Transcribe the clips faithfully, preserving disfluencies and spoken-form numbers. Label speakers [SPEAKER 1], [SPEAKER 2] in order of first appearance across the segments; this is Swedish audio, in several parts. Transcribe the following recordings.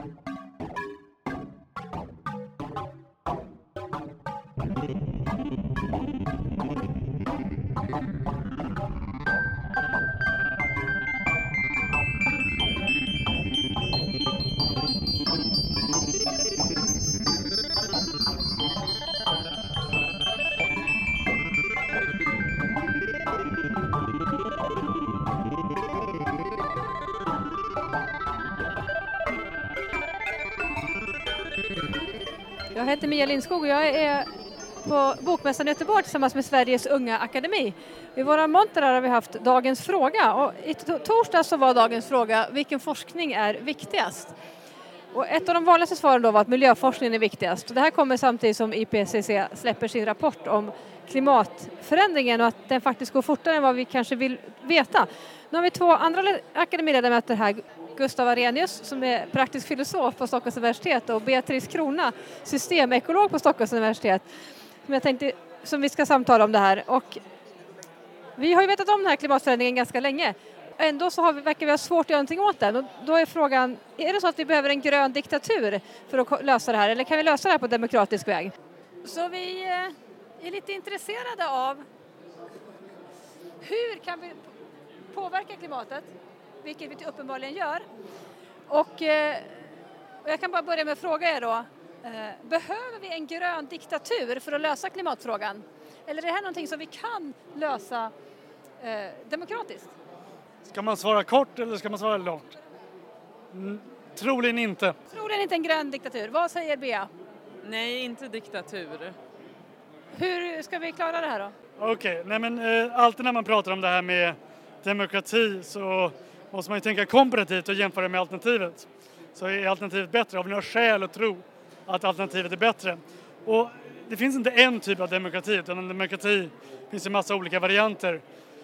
[SPEAKER 1] Jag heter Mia Lindskog och jag är på Bokmässan i Göteborg tillsammans med Sveriges unga akademi. I våra montrar har vi haft dagens fråga och i torsdag så var dagens fråga: vilken forskning är viktigast? Och ett av de vanligaste svaren då var att miljöforskningen är viktigast. Och det här kommer samtidigt som I P C C släpper sin rapport om klimatförändringen och att den faktiskt går fortare än vad vi kanske vill veta. Nu har vi två andra akademiledamöter här. Gustav Arrhenius som är praktisk filosof på Stockholms universitet och Beatrice Krona, systemekolog på Stockholms universitet, som jag tänkte som vi ska samtala om det här. Och vi har ju vetat om den här klimatförändringen ganska länge. Ändå så har vi, verkar vi ha svårt att göra någonting åt den. Och då är frågan, är det så att vi behöver en grön diktatur för att lösa det här? Eller kan vi lösa det här på demokratisk väg? Så vi är lite intresserade av hur kan vi påverka klimatet? Vilket vi uppenbarligen gör. Och eh, jag kan bara börja med att fråga er då. Eh, behöver vi en grön diktatur för att lösa klimatfrågan? Eller är det här någonting som vi kan lösa eh, demokratiskt?
[SPEAKER 2] Ska man svara kort eller ska man svara långt? Mm, troligen inte.
[SPEAKER 1] Troligen inte en grön diktatur. Vad säger Bea?
[SPEAKER 3] Nej, inte diktatur.
[SPEAKER 1] Hur ska vi klara det här då?
[SPEAKER 2] Okej, okay. Nej men eh, alltid när man pratar om det här med demokrati så måste man ju tänka komparativt och jämföra med alternativet. Så är alternativet bättre? Har vi några skäl att tro att alternativet är bättre? Och det finns inte en typ av demokrati, utan en demokrati finns en massa olika varianter.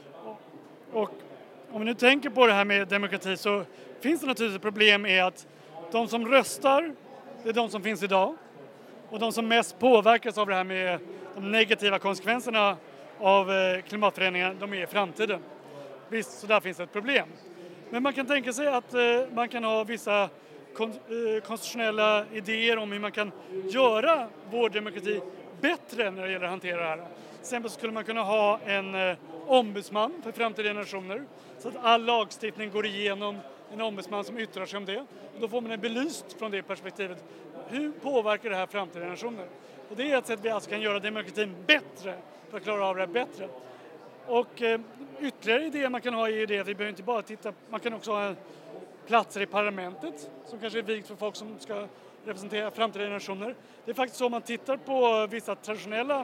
[SPEAKER 2] Och om vi nu tänker på det här med demokrati så finns det naturligtvis ett problem med att de som röstar, det är de som finns idag. Och de som mest påverkas av det här med de negativa konsekvenserna av klimatförändringar, de är i framtiden. Visst, så där finns ett problem. Men man kan tänka sig att eh, man kan ha vissa kon- eh, konstitutionella idéer om hur man kan göra vår demokrati bättre när det gäller att hantera det här. Till exempel skulle man kunna ha en eh, ombudsman för framtida generationer så att all lagstiftning går igenom en ombudsman som yttrar sig om det. Och då får man en belyst från det perspektivet. Hur påverkar det här framtida generationer? Och det är ett sätt vi alltså kan göra demokratin bättre för att klara av det här bättre. Och eh, ytterligare idéer man kan ha är det att vi behöver inte bara titta, man kan också ha platser i parlamentet som kanske är vikt för folk som ska representera framtida generationer. Det är faktiskt så om man tittar på vissa traditionella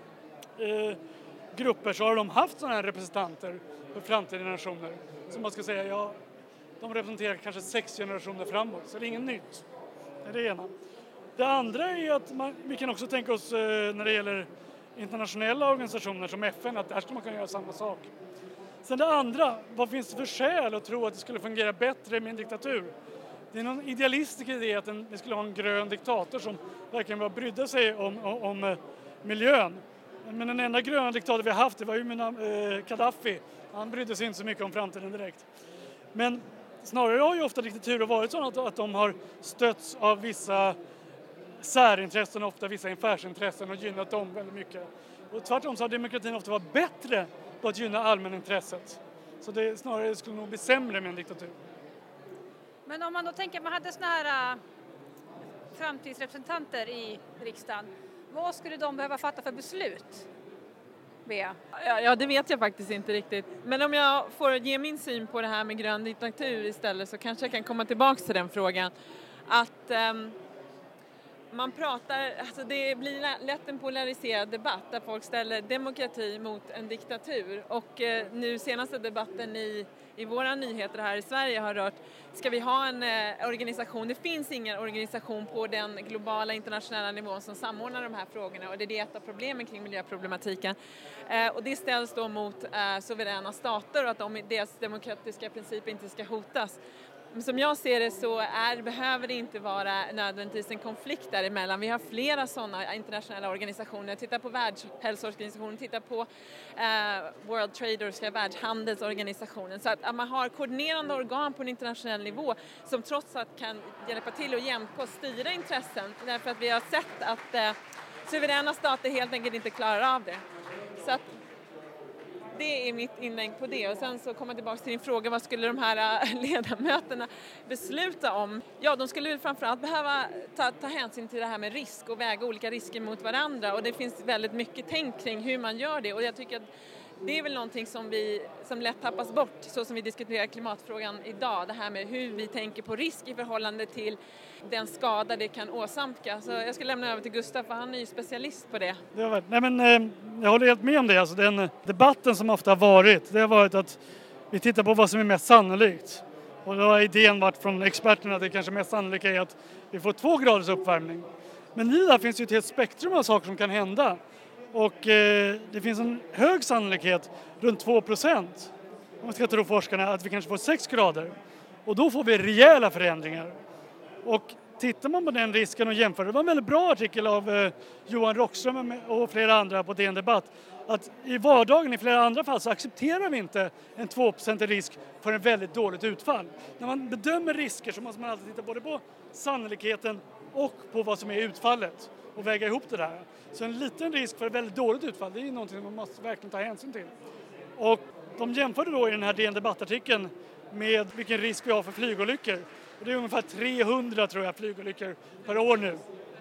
[SPEAKER 2] eh, grupper så har de haft sådana här representanter för framtida generationer. Som man ska säga, ja, de representerar kanske sex generationer framåt, så det är inget nytt. Det är det ena. Det andra är att man, vi kan också tänka oss eh, när det gäller internationella organisationer som F N att där ska man kunna göra samma sak. Sen det andra, vad finns det för skäl att tro att det skulle fungera bättre med en diktatur? Det är någon idealistisk idé att en, vi skulle ha en grön diktator som verkligen bara brydde sig om, om, om miljön. Men den enda gröna diktator vi har haft det var ju mina, eh, Gaddafi. Han brydde sig inte så mycket om framtiden direkt. Men snarare har ju ofta diktaturer varit så att, att de har stötts av vissa särintressen, ofta vissa affärsintressen och gynnat dem väldigt mycket. Och tvärtom så har demokratin ofta varit bättre på att gynna allmänintresset. Så det snarare skulle nog bli sämre med en diktatur.
[SPEAKER 1] Men om man då tänker att man hade såna här uh, framtidsrepresentanter i riksdagen, vad skulle de behöva fatta för beslut? Bea?
[SPEAKER 3] Ja, ja, det vet jag faktiskt inte riktigt. Men om jag får ge min syn på det här med grön diktatur istället så kanske jag kan komma tillbaka till den frågan. Att um, man pratar, alltså det blir lätt en polariserad debatt där folk ställer demokrati mot en diktatur. Och eh, nu senaste debatten i, i våra nyheter här i Sverige har rört, ska vi ha en eh, organisation? Det finns ingen organisation på den globala internationella nivån som samordnar de här frågorna och det är ett av problemen kring miljöproblematiken. Eh, och det ställs då mot eh, suveräna stater och att de, deras demokratiska principer inte ska hotas. Men som jag ser det så är, behöver det inte vara nödvändigtvis en konflikt däremellan. Vi har flera sådana internationella organisationer. Titta på Världshälsoorganisationen, titta på eh, World Trade, Världshandelsorganisationen. Så att, att man har koordinerande organ på en internationell nivå som trots allt kan hjälpa till och jämka och styra intressen. Därför att vi har sett att eh, suveräna stater helt enkelt inte klarar av det. Så att det är mitt inlägg på det. Och sen så kommer jag tillbaka till din fråga, vad skulle de här ledamöterna besluta om? Ja, de skulle väl framförallt behöva ta, ta hänsyn till det här med risk och väga olika risker mot varandra. Och det finns väldigt mycket tänk kring hur man gör det. Och jag tycker att det är väl någonting som, vi, som lätt tappas bort, så som vi diskuterar klimatfrågan idag. Det här med hur vi tänker på risk i förhållande till den skada det kan åsamka. Så jag ska lämna över till Gustav, för han är ju specialist på det.
[SPEAKER 2] det har varit, nej men, eh, jag håller helt med om det. Alltså, den debatten som ofta har varit, det har varit att vi tittar på vad som är mest sannolikt. Och då har idén varit från experterna att det kanske mest sannolika är att vi får två graders uppvärmning. Men i det finns ju ett helt spektrum av saker som kan hända. Och eh, det finns en hög sannolikhet, runt två procent, om man ska tro forskarna, att vi kanske får sex grader. Och då får vi rejäla förändringar. Och tittar man på den risken och jämför, det var en väldigt bra artikel av eh, Johan Rockström och flera andra på D N Debatt, att i vardagen i flera andra fall så accepterar vi inte en två procent risk för en väldigt dåligt utfall. När man bedömer risker så måste man alltid titta både på sannolikheten och på vad som är utfallet och väga ihop det där. Så en liten risk för ett väldigt dåligt utfall, det är någonting som man måste verkligen ta hänsyn till. Och de jämförde då i den här D N Debattartikeln med vilken risk vi har för flygolyckor. Och det är ungefär trehundra tror jag flygolyckor per år nu.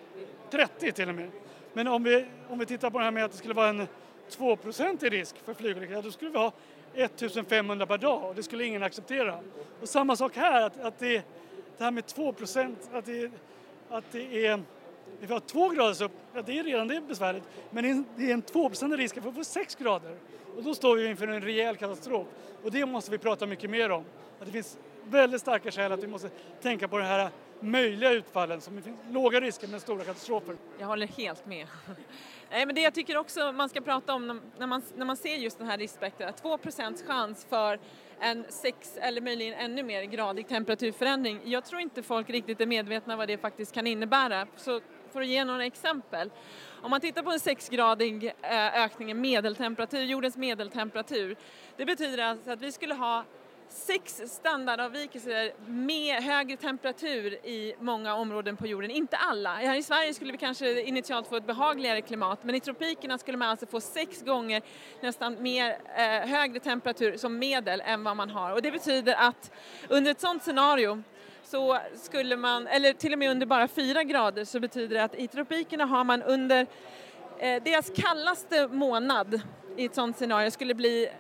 [SPEAKER 2] trettio till och med. Men om vi, om vi tittar på det här med att det skulle vara en två procent risk för flygolyckor, då skulle vi ha ettusenfemhundra per dag och det skulle ingen acceptera. Och samma sak här, att, att det, det här med två procent, att det, att det är... Vi har två graders upp, ja, det är redan det besvärligt, men det är en två procent risk för att få sex grader. Och då står vi inför en rejäl katastrof. Och det måste vi prata mycket mer om. Att det finns väldigt starka skäl att vi måste tänka på det här möjliga utfallen, som det finns låga risker med stora katastrofer.
[SPEAKER 3] Jag håller helt med. Nej, men det jag tycker också man ska prata om när man, när man ser just den här riskspektrat, två procents chans för en sex eller möjligen ännu mer gradig temperaturförändring. Jag tror inte folk riktigt är medvetna vad det faktiskt kan innebära. Så för att ge några exempel. Om man tittar på en sexgradig ökning i medeltemperatur, jordens medeltemperatur, det betyder alltså att vi skulle ha sex standardavvikelser med högre temperatur i många områden på jorden. Inte alla. Här i Sverige skulle vi kanske initialt få ett behagligare klimat, men i tropikerna skulle man alltså få sex gånger nästan mer eh, högre temperatur som medel än vad man har. Och det betyder att under ett sådant scenario så skulle man, eller till och med under bara fyra grader, så betyder det att i tropikerna har man under eh, deras kallaste månad i ett sådant scenario skulle bli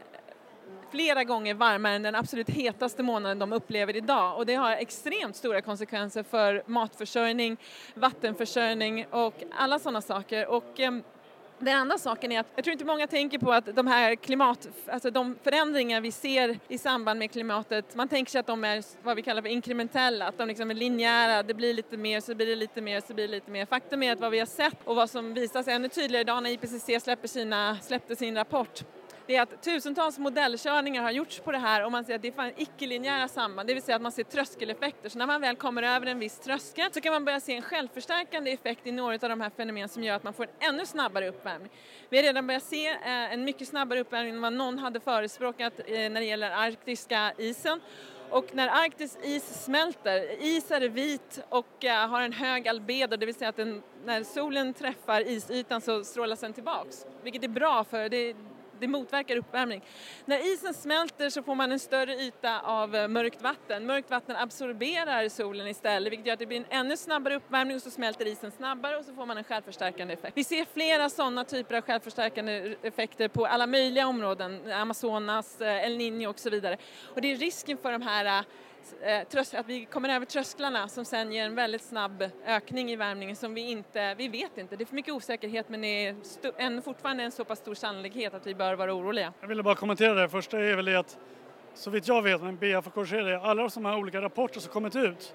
[SPEAKER 3] flera gånger varmare än den absolut hetaste månaden de upplever idag. Och det har extremt stora konsekvenser för matförsörjning, vattenförsörjning och alla sådana saker. Och eh, den andra saken är att jag tror inte många tänker på att de här klimat, alltså de förändringar vi ser i samband med klimatet, man tänker sig att de är vad vi kallar för inkrementella, att de liksom är linjära, det blir lite mer, så blir det lite mer, så blir det lite mer. Faktum är att vad vi har sett och vad som visas ännu tydligare idag när I P C C släpper sina, släppte sin rapport, det är att tusentals modellkörningar har gjorts på det här och man ser att det är fan icke-linjära samband. Det vill säga att man ser tröskeleffekter. Så när man väl kommer över en viss tröskel så kan man börja se en självförstärkande effekt i några av de här fenomenen som gör att man får en ännu snabbare uppvärmning. Vi har redan börjat se en mycket snabbare uppvärmning än vad någon hade förespråkat när det gäller arktiska isen. Och när Arktis is smälter, is är vit och har en hög albedo, det vill säga att den, när solen träffar isytan så strålas den tillbaks. Vilket är bra för det Det motverkar uppvärmning. När isen smälter så får man en större yta av mörkt vatten. Mörkt vatten absorberar solen istället, vilket gör att det blir en ännu snabbare uppvärmning och så smälter isen snabbare och så får man en självförstärkande effekt. Vi ser flera sådana typer av självförstärkande effekter på alla möjliga områden, Amazonas, El Niño och så vidare. Och det är risken för de här att vi kommer över trösklarna som sen ger en väldigt snabb ökning i värmningen som vi inte, vi vet inte. Det är för mycket osäkerhet, men det är st- en, fortfarande en så pass stor sannolikhet att vi bör vara oroliga.
[SPEAKER 2] Jag ville bara kommentera det. Första är väl det att, så vitt jag vet, men B A får korrigera det, alla de här olika rapporter som kommit ut,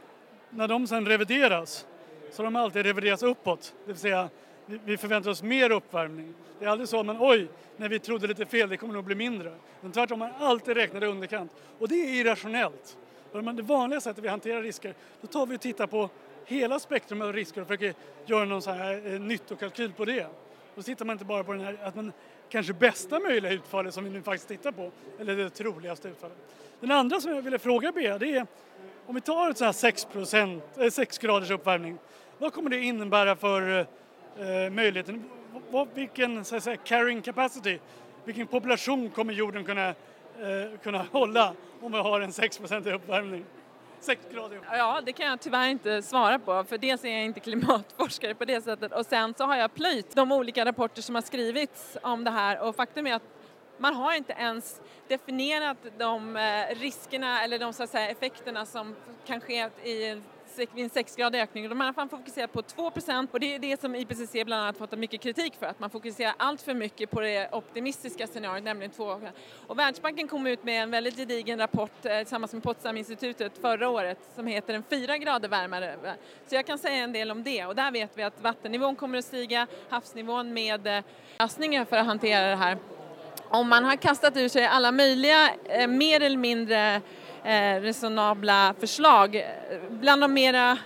[SPEAKER 2] när de sen revideras så har de alltid reviderats uppåt. Det vill säga, vi förväntar oss mer uppvärmning. Det är aldrig så, men oj, när vi trodde lite fel, det kommer nog bli mindre. Men tvärtom, man alltid räknar det underkant. Och det är irrationellt. Men det vanliga sättet vi hanterar risker, då tar vi och tittar på hela spektrum av risker och försöker göra någon så här eh, nyttokalkyl på det. Då tittar man inte bara på den här, att man kanske bästa möjliga utfallet som vi nu faktiskt tittar på, eller det troligaste utfallet. Den andra som jag ville fråga Bea, det är om vi tar ett så här sex procent, eh, sex graders uppvärmning, vad kommer det innebära för eh, möjligheten, vad, vilken så att säga, carrying capacity, vilken population kommer jorden kunna, eh, kunna hålla om vi har en sex procent uppvärmning? sex grader.
[SPEAKER 3] Ja, det kan jag tyvärr inte svara på, för dels är jag inte klimatforskare på det sättet, och sen så har jag plöjt de olika rapporter som har skrivits om det här, och faktum är att man har inte ens definierat de riskerna eller de så att säga, effekterna som kan ske i en en sexgradig ökning. De har fokuserat på två procent, och det är det som I P C C bland annat fått mycket kritik för, att man fokuserar allt för mycket på det optimistiska scenariot, nämligen två. Och Världsbanken kom ut med en väldigt gedigen rapport eh, tillsammans med Potsdam-institutet förra året som heter en fyra grader värmare. Så jag kan säga en del om det, och där vet vi att vattennivån kommer att stiga, havsnivån med eh, lösningar för att hantera det här. Om man har kastat ur sig alla möjliga eh, mer eller mindre Eh, resonabla förslag. Bland de mera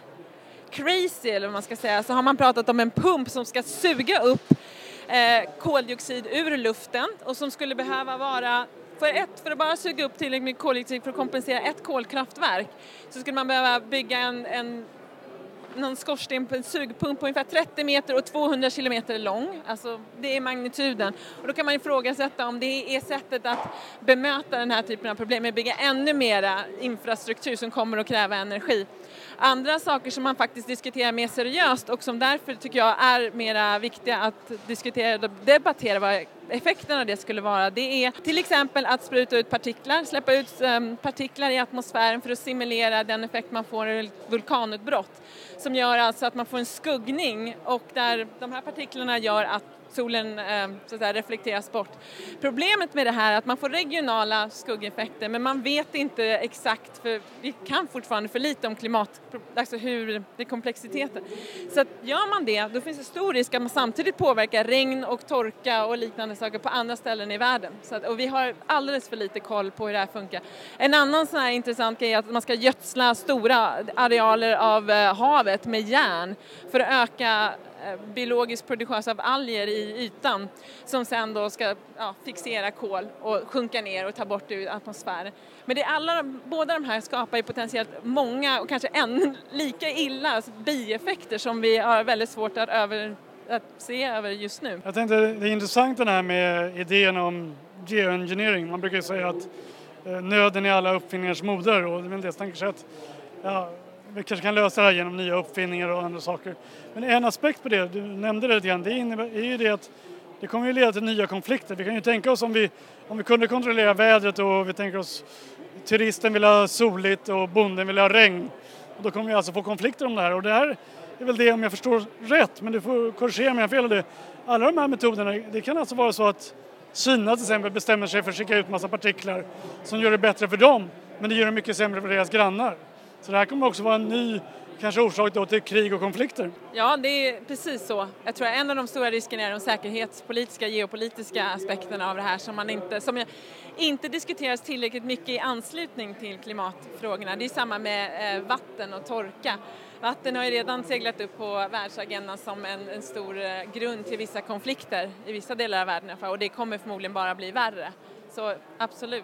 [SPEAKER 3] crazy, eller vad man ska säga, så har man pratat om en pump som ska suga upp eh, koldioxid ur luften, och som skulle behöva vara för, ett, för att bara suga upp tillräckligt med koldioxid för att kompensera ett kolkraftverk, så skulle man behöva bygga en, en någon skorsten på en sugpump på ungefär trettio meter och tvåhundra kilometer lång. Alltså det är magnituden. Och då kan man ifrågasätta om det är sättet att bemöta den här typen av problem, med att bygga ännu mera infrastruktur som kommer att kräva energi. Andra saker som man faktiskt diskuterar mer seriöst, och som därför tycker jag är mera viktiga att diskutera och debattera vad effekten av det skulle vara, det är till exempel att spruta ut partiklar, släppa ut um, partiklar i atmosfären för att simulera den effekt man får i vulkanutbrott, som gör alltså att man får en skuggning, och där de här partiklarna gör att solen eh, så att säga, reflekteras bort. Problemet med det här är att man får regionala skuggeffekter, men man vet inte exakt, för vi kan fortfarande för lite om klimat, alltså hur det är komplexiteten. Så att gör man det, då finns det stor risk att man samtidigt påverkar regn och torka och liknande saker på andra ställen i världen. Så att, och vi har alldeles för lite koll på hur det här funkar. En annan sån här intressant grej är att man ska gödsla stora arealer av eh, havet med järn för att öka biologisk produktion av alger i ytan, som sen då ska ja, fixera kol och sjunka ner och ta bort det ur atmosfären. Men det är alla, båda de här skapar ju potentiellt många och kanske än lika illa alltså bieffekter som vi har väldigt svårt att, över, att se över just nu.
[SPEAKER 2] Jag tänkte det är intressant den här med idén om geoengineering. Man brukar säga att eh, nöden är alla uppfinningars moder, och det är det tänker sig att ja, vi kanske kan lösa det här genom nya uppfinningar och andra saker. Men en aspekt på det, du nämnde det lite grann, det är ju det att det kommer ju leda till nya konflikter. Vi kan ju tänka oss om vi, om vi kunde kontrollera vädret, och vi tänker oss turisten vill ha soligt och bonden vill ha regn. Och då kommer vi alltså få konflikter om det här. Och det här är väl det, om jag förstår rätt, men du får korrigera mig om jag fel det. Alla de här metoderna, det kan alltså vara så att Kina till exempel bestämmer sig för att skicka ut massa partiklar som gör det bättre för dem, men det gör det mycket sämre för deras grannar. Så det här kommer också vara en ny kanske orsak då till krig och konflikter.
[SPEAKER 3] Ja, det är precis så. Jag tror att en av de stora riskerna är de säkerhetspolitiska, geopolitiska aspekterna av det här som man inte, som inte diskuteras tillräckligt mycket i anslutning till klimatfrågorna. Det är samma med eh, vatten och torka. Vatten har ju redan seglat upp på världsagendan som en, en stor eh, grund till vissa konflikter i vissa delar av världen, och det kommer förmodligen bara bli värre. Så absolut.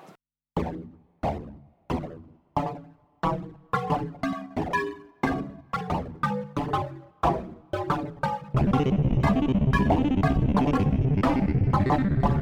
[SPEAKER 4] Thank you.